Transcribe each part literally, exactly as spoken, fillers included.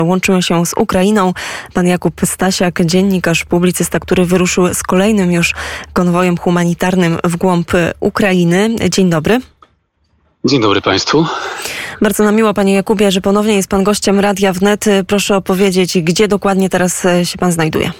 Łączymy się z Ukrainą. Pan Jakub Stasiak, dziennikarz, publicysta, który wyruszył z kolejnym już konwojem humanitarnym w głąb Ukrainy. Dzień dobry. Dzień dobry Państwu. Bardzo nam miło, Panie Jakubie, że ponownie jest Pan gościem Radia Wnet. Proszę opowiedzieć, gdzie dokładnie teraz się Pan znajduje.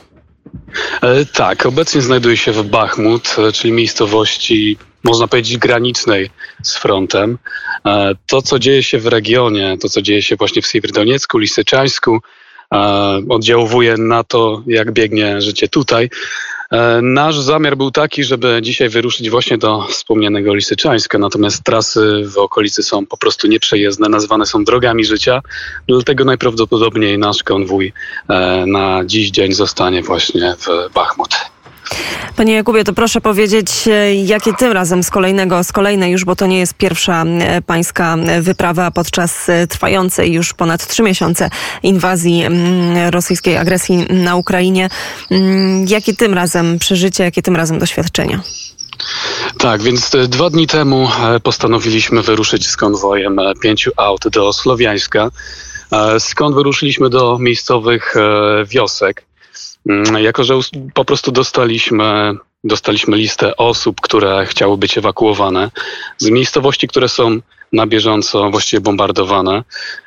E, tak, obecnie znajduję się w Bachmut, czyli miejscowości, można powiedzieć, granicznej z frontem. E, to, co dzieje się w regionie, to, co dzieje się właśnie w Siewierodoniecku, Lisyczańsku, e, oddziałuje na to, jak biegnie życie tutaj. E, nasz zamiar był taki, żeby dzisiaj wyruszyć właśnie do wspomnianego Lisyczańska, natomiast trasy w okolicy są po prostu nieprzejezdne, nazywane są drogami życia, dlatego najprawdopodobniej nasz konwój e, na dziś dzień zostanie właśnie w Bachmut. Panie Jakubie, to proszę powiedzieć, jakie tym razem z kolejnego, z kolejnej już, bo to nie jest pierwsza pańska wyprawa podczas trwającej już ponad trzy miesiące inwazji rosyjskiej agresji na Ukrainie. Jakie tym razem przeżycie, jakie tym razem doświadczenia? Tak, więc dwa dni temu postanowiliśmy wyruszyć z konwojem pięciu aut do Słowiańska, skąd wyruszyliśmy do miejscowych wiosek. Jako że po prostu dostaliśmy, dostaliśmy listę osób, które chciały być ewakuowane z miejscowości, które są na bieżąco właściwie bombardowane.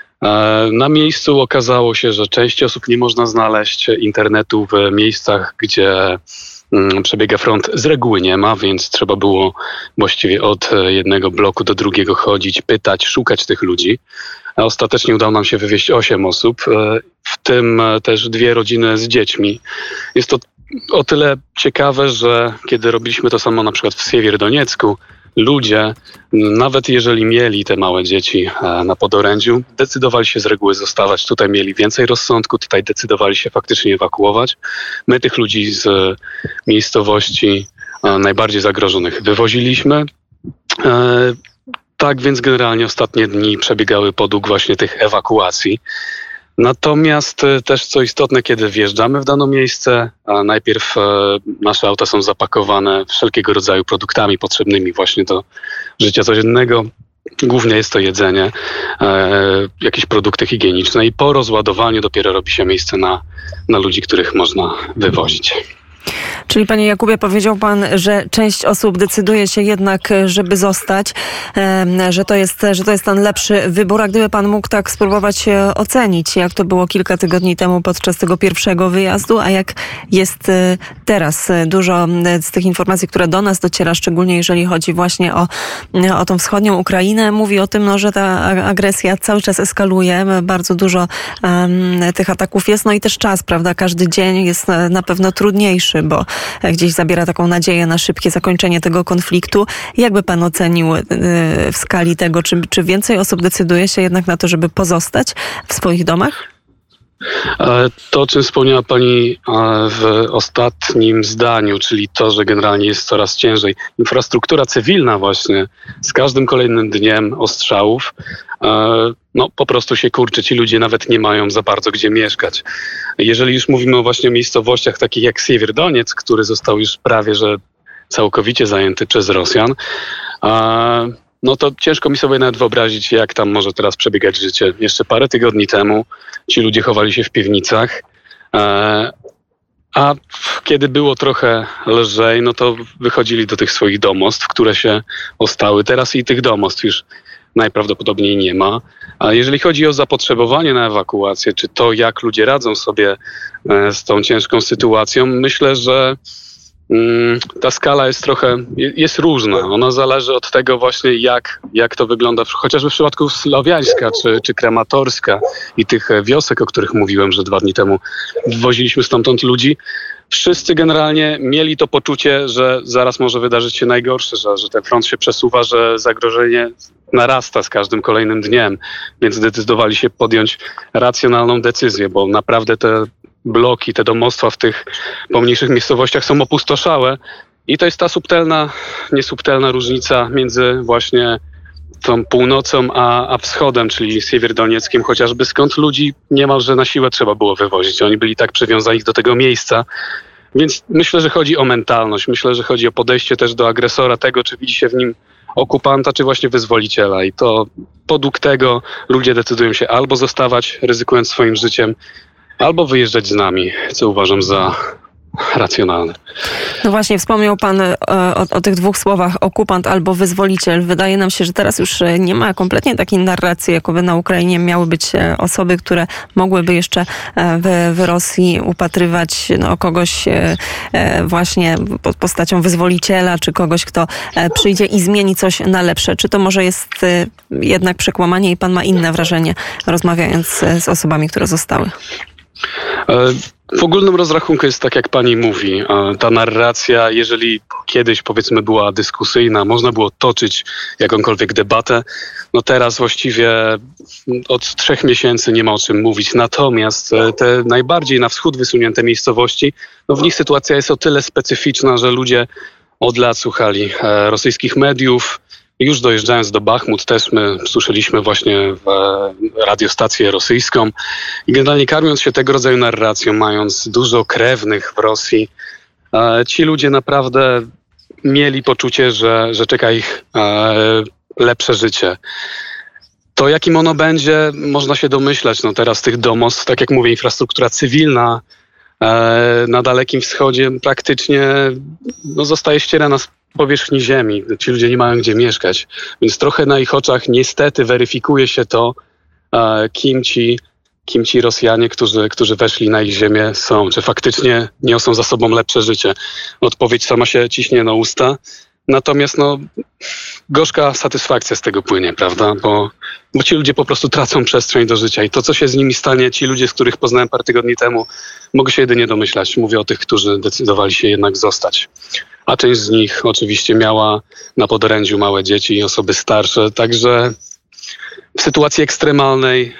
Na miejscu okazało się, że części osób nie można znaleźć, internetu w miejscach, gdzie przebiega front, z reguły nie ma, więc trzeba było właściwie od jednego bloku do drugiego chodzić, pytać, szukać tych ludzi. A ostatecznie udało nam się wywieźć osiem osób, w tym też dwie rodziny z dziećmi. Jest to o tyle ciekawe, że kiedy robiliśmy to samo na przykład w Siewierodoniecku, ludzie, nawet jeżeli mieli te małe dzieci na podorędziu, decydowali się z reguły zostawać. Tutaj mieli więcej rozsądku, tutaj decydowali się faktycznie ewakuować. My tych ludzi z miejscowości najbardziej zagrożonych wywoziliśmy. Tak więc generalnie ostatnie dni przebiegały podług właśnie tych ewakuacji. Natomiast też co istotne, kiedy wjeżdżamy w dane miejsce, a najpierw nasze auta są zapakowane wszelkiego rodzaju produktami potrzebnymi właśnie do życia codziennego. Głównie jest to jedzenie, e, jakieś produkty higieniczne i po rozładowaniu dopiero robi się miejsce na, na ludzi, których można wywozić. Czyli, Panie Jakubie, powiedział Pan, że część osób decyduje się jednak, żeby zostać, że to jest, że to jest ten lepszy wybór. A gdyby Pan mógł tak spróbować ocenić, jak to było kilka tygodni temu podczas tego pierwszego wyjazdu, a jak jest teraz? Dużo z tych informacji, które do nas dociera, szczególnie jeżeli chodzi właśnie o, o tą wschodnią Ukrainę, mówi o tym, no, że ta agresja cały czas eskaluje. Bardzo dużo um, tych ataków jest. No i też czas, prawda? Każdy dzień jest na, na pewno trudniejszy, bo gdzieś zabiera taką nadzieję na szybkie zakończenie tego konfliktu. Jakby Pan ocenił w skali tego, czy, czy więcej osób decyduje się jednak na to, żeby pozostać w swoich domach? To, o czym wspomniała Pani w ostatnim zdaniu, czyli to, że generalnie jest coraz ciężej. Infrastruktura cywilna właśnie z każdym kolejnym dniem ostrzałów no po prostu się kurczy. Ci ludzie nawet nie mają za bardzo gdzie mieszkać. Jeżeli już mówimy o właśnie miejscowościach takich jak Siewierodoniec, który został już prawie że całkowicie zajęty przez Rosjan, no to ciężko mi sobie nawet wyobrazić, jak tam może teraz przebiegać życie. Jeszcze parę tygodni temu ci ludzie chowali się w piwnicach, a kiedy było trochę lżej, no to wychodzili do tych swoich domostw, które się ostały. Teraz i tych domostw już najprawdopodobniej nie ma. A jeżeli chodzi o zapotrzebowanie na ewakuację, czy to, jak ludzie radzą sobie z tą ciężką sytuacją, myślę, że ta skala jest trochę, jest różna. Ona zależy od tego właśnie, jak, jak to wygląda, chociażby w przypadku Słowiańska czy, czy Krematorska i tych wiosek, o których mówiłem, że dwa dni temu wywoziliśmy stamtąd ludzi. Wszyscy generalnie mieli to poczucie, że zaraz może wydarzyć się najgorsze, że, że ten front się przesuwa, że zagrożenie narasta z każdym kolejnym dniem, więc zdecydowali się podjąć racjonalną decyzję, bo naprawdę te bloki, te domostwa w tych pomniejszych miejscowościach są opustoszałe i to jest ta subtelna, niesubtelna różnica między właśnie tą północą a, a wschodem, czyli Siewierodonieckiem chociażby, skąd ludzi niemalże na siłę trzeba było wywozić. Oni byli tak przywiązani do tego miejsca, więc myślę, że chodzi o mentalność, myślę, że chodzi o podejście też do agresora, tego, czy widzi się w nim okupanta czy właśnie wyzwoliciela. I to podług tego ludzie decydują się albo zostawać, ryzykując swoim życiem, albo wyjeżdżać z nami, co uważam za racjonalne. No właśnie, wspomniał pan o, o, o tych dwóch słowach, okupant albo wyzwoliciel. Wydaje nam się, że teraz już nie ma kompletnie takiej narracji, jakoby na Ukrainie miały być osoby, które mogłyby jeszcze w, w Rosji upatrywać no, kogoś właśnie pod postacią wyzwoliciela, czy kogoś, kto przyjdzie i zmieni coś na lepsze. Czy to może jest jednak przekłamanie i pan ma inne wrażenie, rozmawiając z osobami, które zostały? W ogólnym rozrachunku jest tak, jak pani mówi. Ta narracja, jeżeli kiedyś, powiedzmy, była dyskusyjna, można było toczyć jakąkolwiek debatę, no teraz właściwie od trzech miesięcy nie ma o czym mówić. Natomiast te najbardziej na wschód wysunięte miejscowości, no w nich sytuacja jest o tyle specyficzna, że ludzie od lat słuchali rosyjskich mediów. Już dojeżdżając do Bachmut też my słyszeliśmy właśnie w radiostację rosyjską i generalnie karmiąc się tego rodzaju narracją, mając dużo krewnych w Rosji, ci ludzie naprawdę mieli poczucie, że, że czeka ich lepsze życie. To jakim ono będzie, można się domyślać. No teraz tych domostw, tak jak mówię, infrastruktura cywilna na Dalekim Wschodzie praktycznie no, zostaje ścierana z powierzchni ziemi. Ci ludzie nie mają gdzie mieszkać. Więc trochę na ich oczach niestety weryfikuje się to, kim ci, kim ci Rosjanie, którzy, którzy weszli na ich ziemię są. Czy faktycznie niosą za sobą lepsze życie. Odpowiedź sama się ciśnie na usta. Natomiast no, gorzka satysfakcja z tego płynie, prawda? Bo, bo ci ludzie po prostu tracą przestrzeń do życia i to, co się z nimi stanie, ci ludzie, z których poznałem parę tygodni temu, mogę się jedynie domyślać. Mówię o tych, którzy decydowali się jednak zostać. A część z nich oczywiście miała na podorędziu małe dzieci i osoby starsze, także w sytuacji ekstremalnej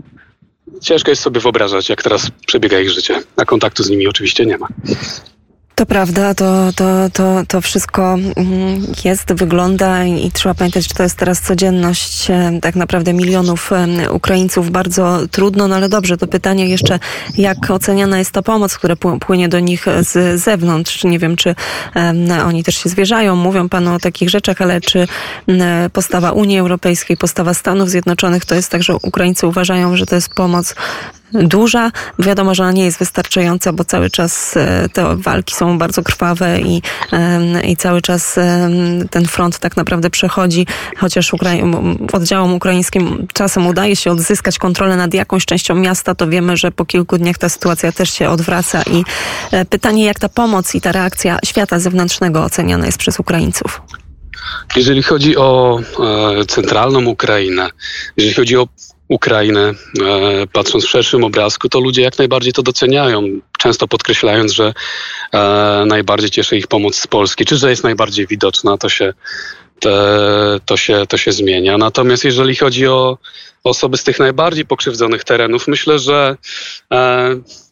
ciężko jest sobie wyobrażać, jak teraz przebiega ich życie, a kontaktu z nimi oczywiście nie ma. To prawda, to, to, to, to wszystko jest, wygląda i trzeba pamiętać, że to jest teraz codzienność tak naprawdę milionów Ukraińców. Bardzo trudno, no ale dobrze, to pytanie jeszcze, jak oceniana jest ta pomoc, która płynie do nich z zewnątrz. Nie wiem, czy um, oni też się zwierzają, mówią panu o takich rzeczach, ale czy um, postawa Unii Europejskiej, postawa Stanów Zjednoczonych, to jest tak, że Ukraińcy uważają, że to jest pomoc duża. Wiadomo, że ona nie jest wystarczająca, bo cały czas te walki są bardzo krwawe i, i cały czas ten front tak naprawdę przechodzi, chociaż Ukrai- oddziałom ukraińskim czasem udaje się odzyskać kontrolę nad jakąś częścią miasta, to wiemy, że po kilku dniach ta sytuacja też się odwraca i pytanie, jak ta pomoc i ta reakcja świata zewnętrznego oceniana jest przez Ukraińców? Jeżeli chodzi o e, centralną Ukrainę, jeżeli chodzi o Ukrainę, e, patrząc w szerszym obrazku, to ludzie jak najbardziej to doceniają, często podkreślając, że e, najbardziej cieszy ich pomoc z Polski, czy że jest najbardziej widoczna, to się, te, to się, to się zmienia. Natomiast jeżeli chodzi o osoby z tych najbardziej pokrzywdzonych terenów, myślę, że e,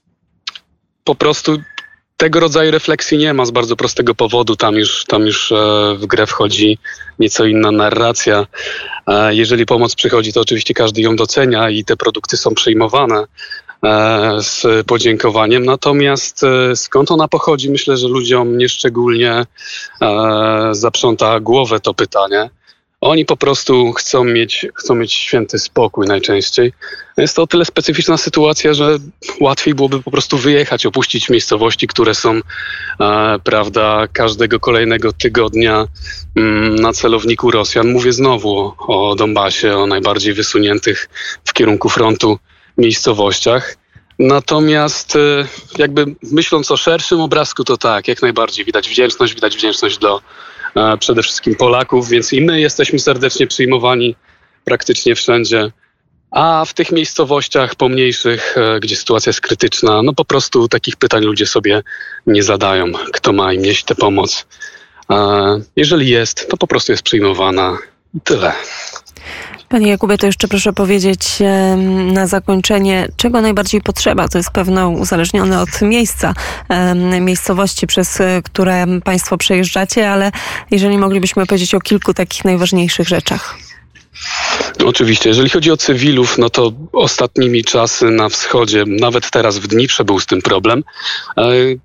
po prostu tego rodzaju refleksji nie ma z bardzo prostego powodu. Tam już, tam już w grę wchodzi nieco inna narracja. Jeżeli pomoc przychodzi, to oczywiście każdy ją docenia i te produkty są przyjmowane z podziękowaniem. Natomiast skąd ona pochodzi, myślę, że ludziom nieszczególnie zaprząta głowę to pytanie. Oni po prostu chcą mieć, chcą mieć święty spokój najczęściej. Jest to o tyle specyficzna sytuacja, że łatwiej byłoby po prostu wyjechać, opuścić miejscowości, które są, e, prawda, każdego kolejnego tygodnia mm, na celowniku Rosjan. Mówię znowu o, o Donbasie, o najbardziej wysuniętych w kierunku frontu miejscowościach. Natomiast e, jakby myśląc o szerszym obrazku, to tak, jak najbardziej widać wdzięczność, widać wdzięczność do przede wszystkim Polaków, więc i my jesteśmy serdecznie przyjmowani praktycznie wszędzie. A w tych miejscowościach pomniejszych, gdzie sytuacja jest krytyczna, no po prostu takich pytań ludzie sobie nie zadają. Kto ma im nieść tę pomoc? Jeżeli jest, to po prostu jest przyjmowana i tyle. Panie Jakubie, to jeszcze proszę powiedzieć na zakończenie, czego najbardziej potrzeba. To jest pewno uzależnione od miejsca, miejscowości, przez które państwo przejeżdżacie, ale jeżeli moglibyśmy powiedzieć o kilku takich najważniejszych rzeczach. No oczywiście, jeżeli chodzi o cywilów, no to ostatnimi czasy na wschodzie, nawet teraz w Dniprze był z tym problem.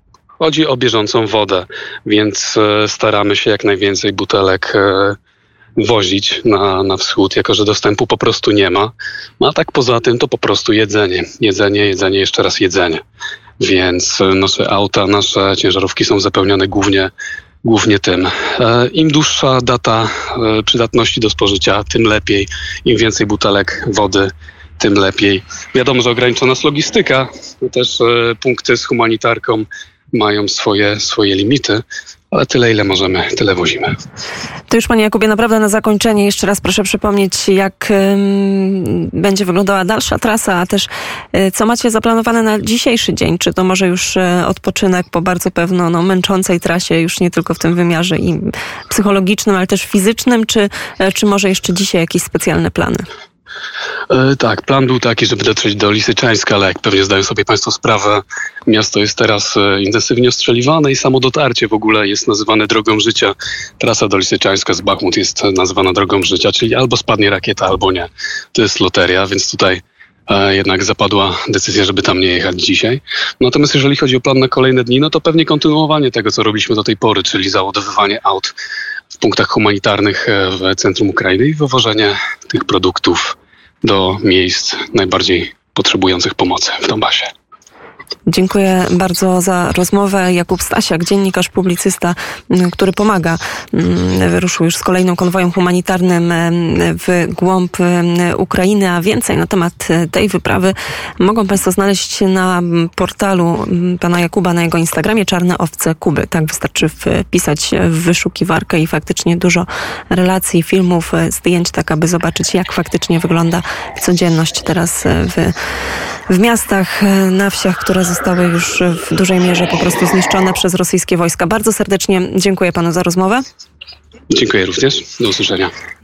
Chodzi o bieżącą wodę, więc staramy się jak najwięcej butelek wozić na, na wschód, jako że dostępu po prostu nie ma. No a tak poza tym to po prostu jedzenie. Jedzenie, jedzenie, jeszcze raz jedzenie. Więc nasze auta, nasze ciężarówki są zapełnione głównie, głównie tym. Im dłuższa data przydatności do spożycia, tym lepiej. Im więcej butelek wody, tym lepiej. Wiadomo, że ogranicza nas logistyka. Też punkty z humanitarką mają swoje, swoje limity, ale tyle, ile możemy, tyle wozimy. To już, panie Jakubie, naprawdę na zakończenie jeszcze raz proszę przypomnieć, jak ym, będzie wyglądała dalsza trasa, a też y, co macie zaplanowane na dzisiejszy dzień? Czy to może już y, odpoczynek po bardzo pewno no, męczącej trasie, już nie tylko w tym wymiarze i psychologicznym, ale też fizycznym, czy, y, czy może jeszcze dzisiaj jakieś specjalne plany? E, tak, plan był taki, żeby dotrzeć do Lisyczańska, ale jak pewnie zdają sobie państwo sprawę, miasto jest teraz e, intensywnie ostrzeliwane i samo dotarcie w ogóle jest nazywane drogą życia. Trasa do Lisyczańska z Bachmut jest nazywana drogą życia, czyli albo spadnie rakieta, albo nie. To jest loteria, więc tutaj e, jednak zapadła decyzja, żeby tam nie jechać dzisiaj. Natomiast jeżeli chodzi o plan na kolejne dni, no to pewnie kontynuowanie tego, co robiliśmy do tej pory, czyli załadowywanie aut w punktach humanitarnych w centrum Ukrainy i wywożenie tych produktów do miejsc najbardziej potrzebujących pomocy w Donbasie. Dziękuję bardzo za rozmowę. Jakub Stasiak, dziennikarz, publicysta, który pomaga. Wyruszył już z kolejnym konwojem humanitarnym w głąb Ukrainy, a więcej na temat tej wyprawy mogą państwo znaleźć na portalu pana Jakuba, na jego Instagramie Czarne Owce Kuby. Tak wystarczy wpisać w wyszukiwarkę i faktycznie dużo relacji, filmów, zdjęć, tak aby zobaczyć, jak faktycznie wygląda codzienność teraz w, w miastach, na wsiach, które zostały już w dużej mierze po prostu zniszczone przez rosyjskie wojska. Bardzo serdecznie dziękuję panu za rozmowę. Dziękuję również. Do usłyszenia.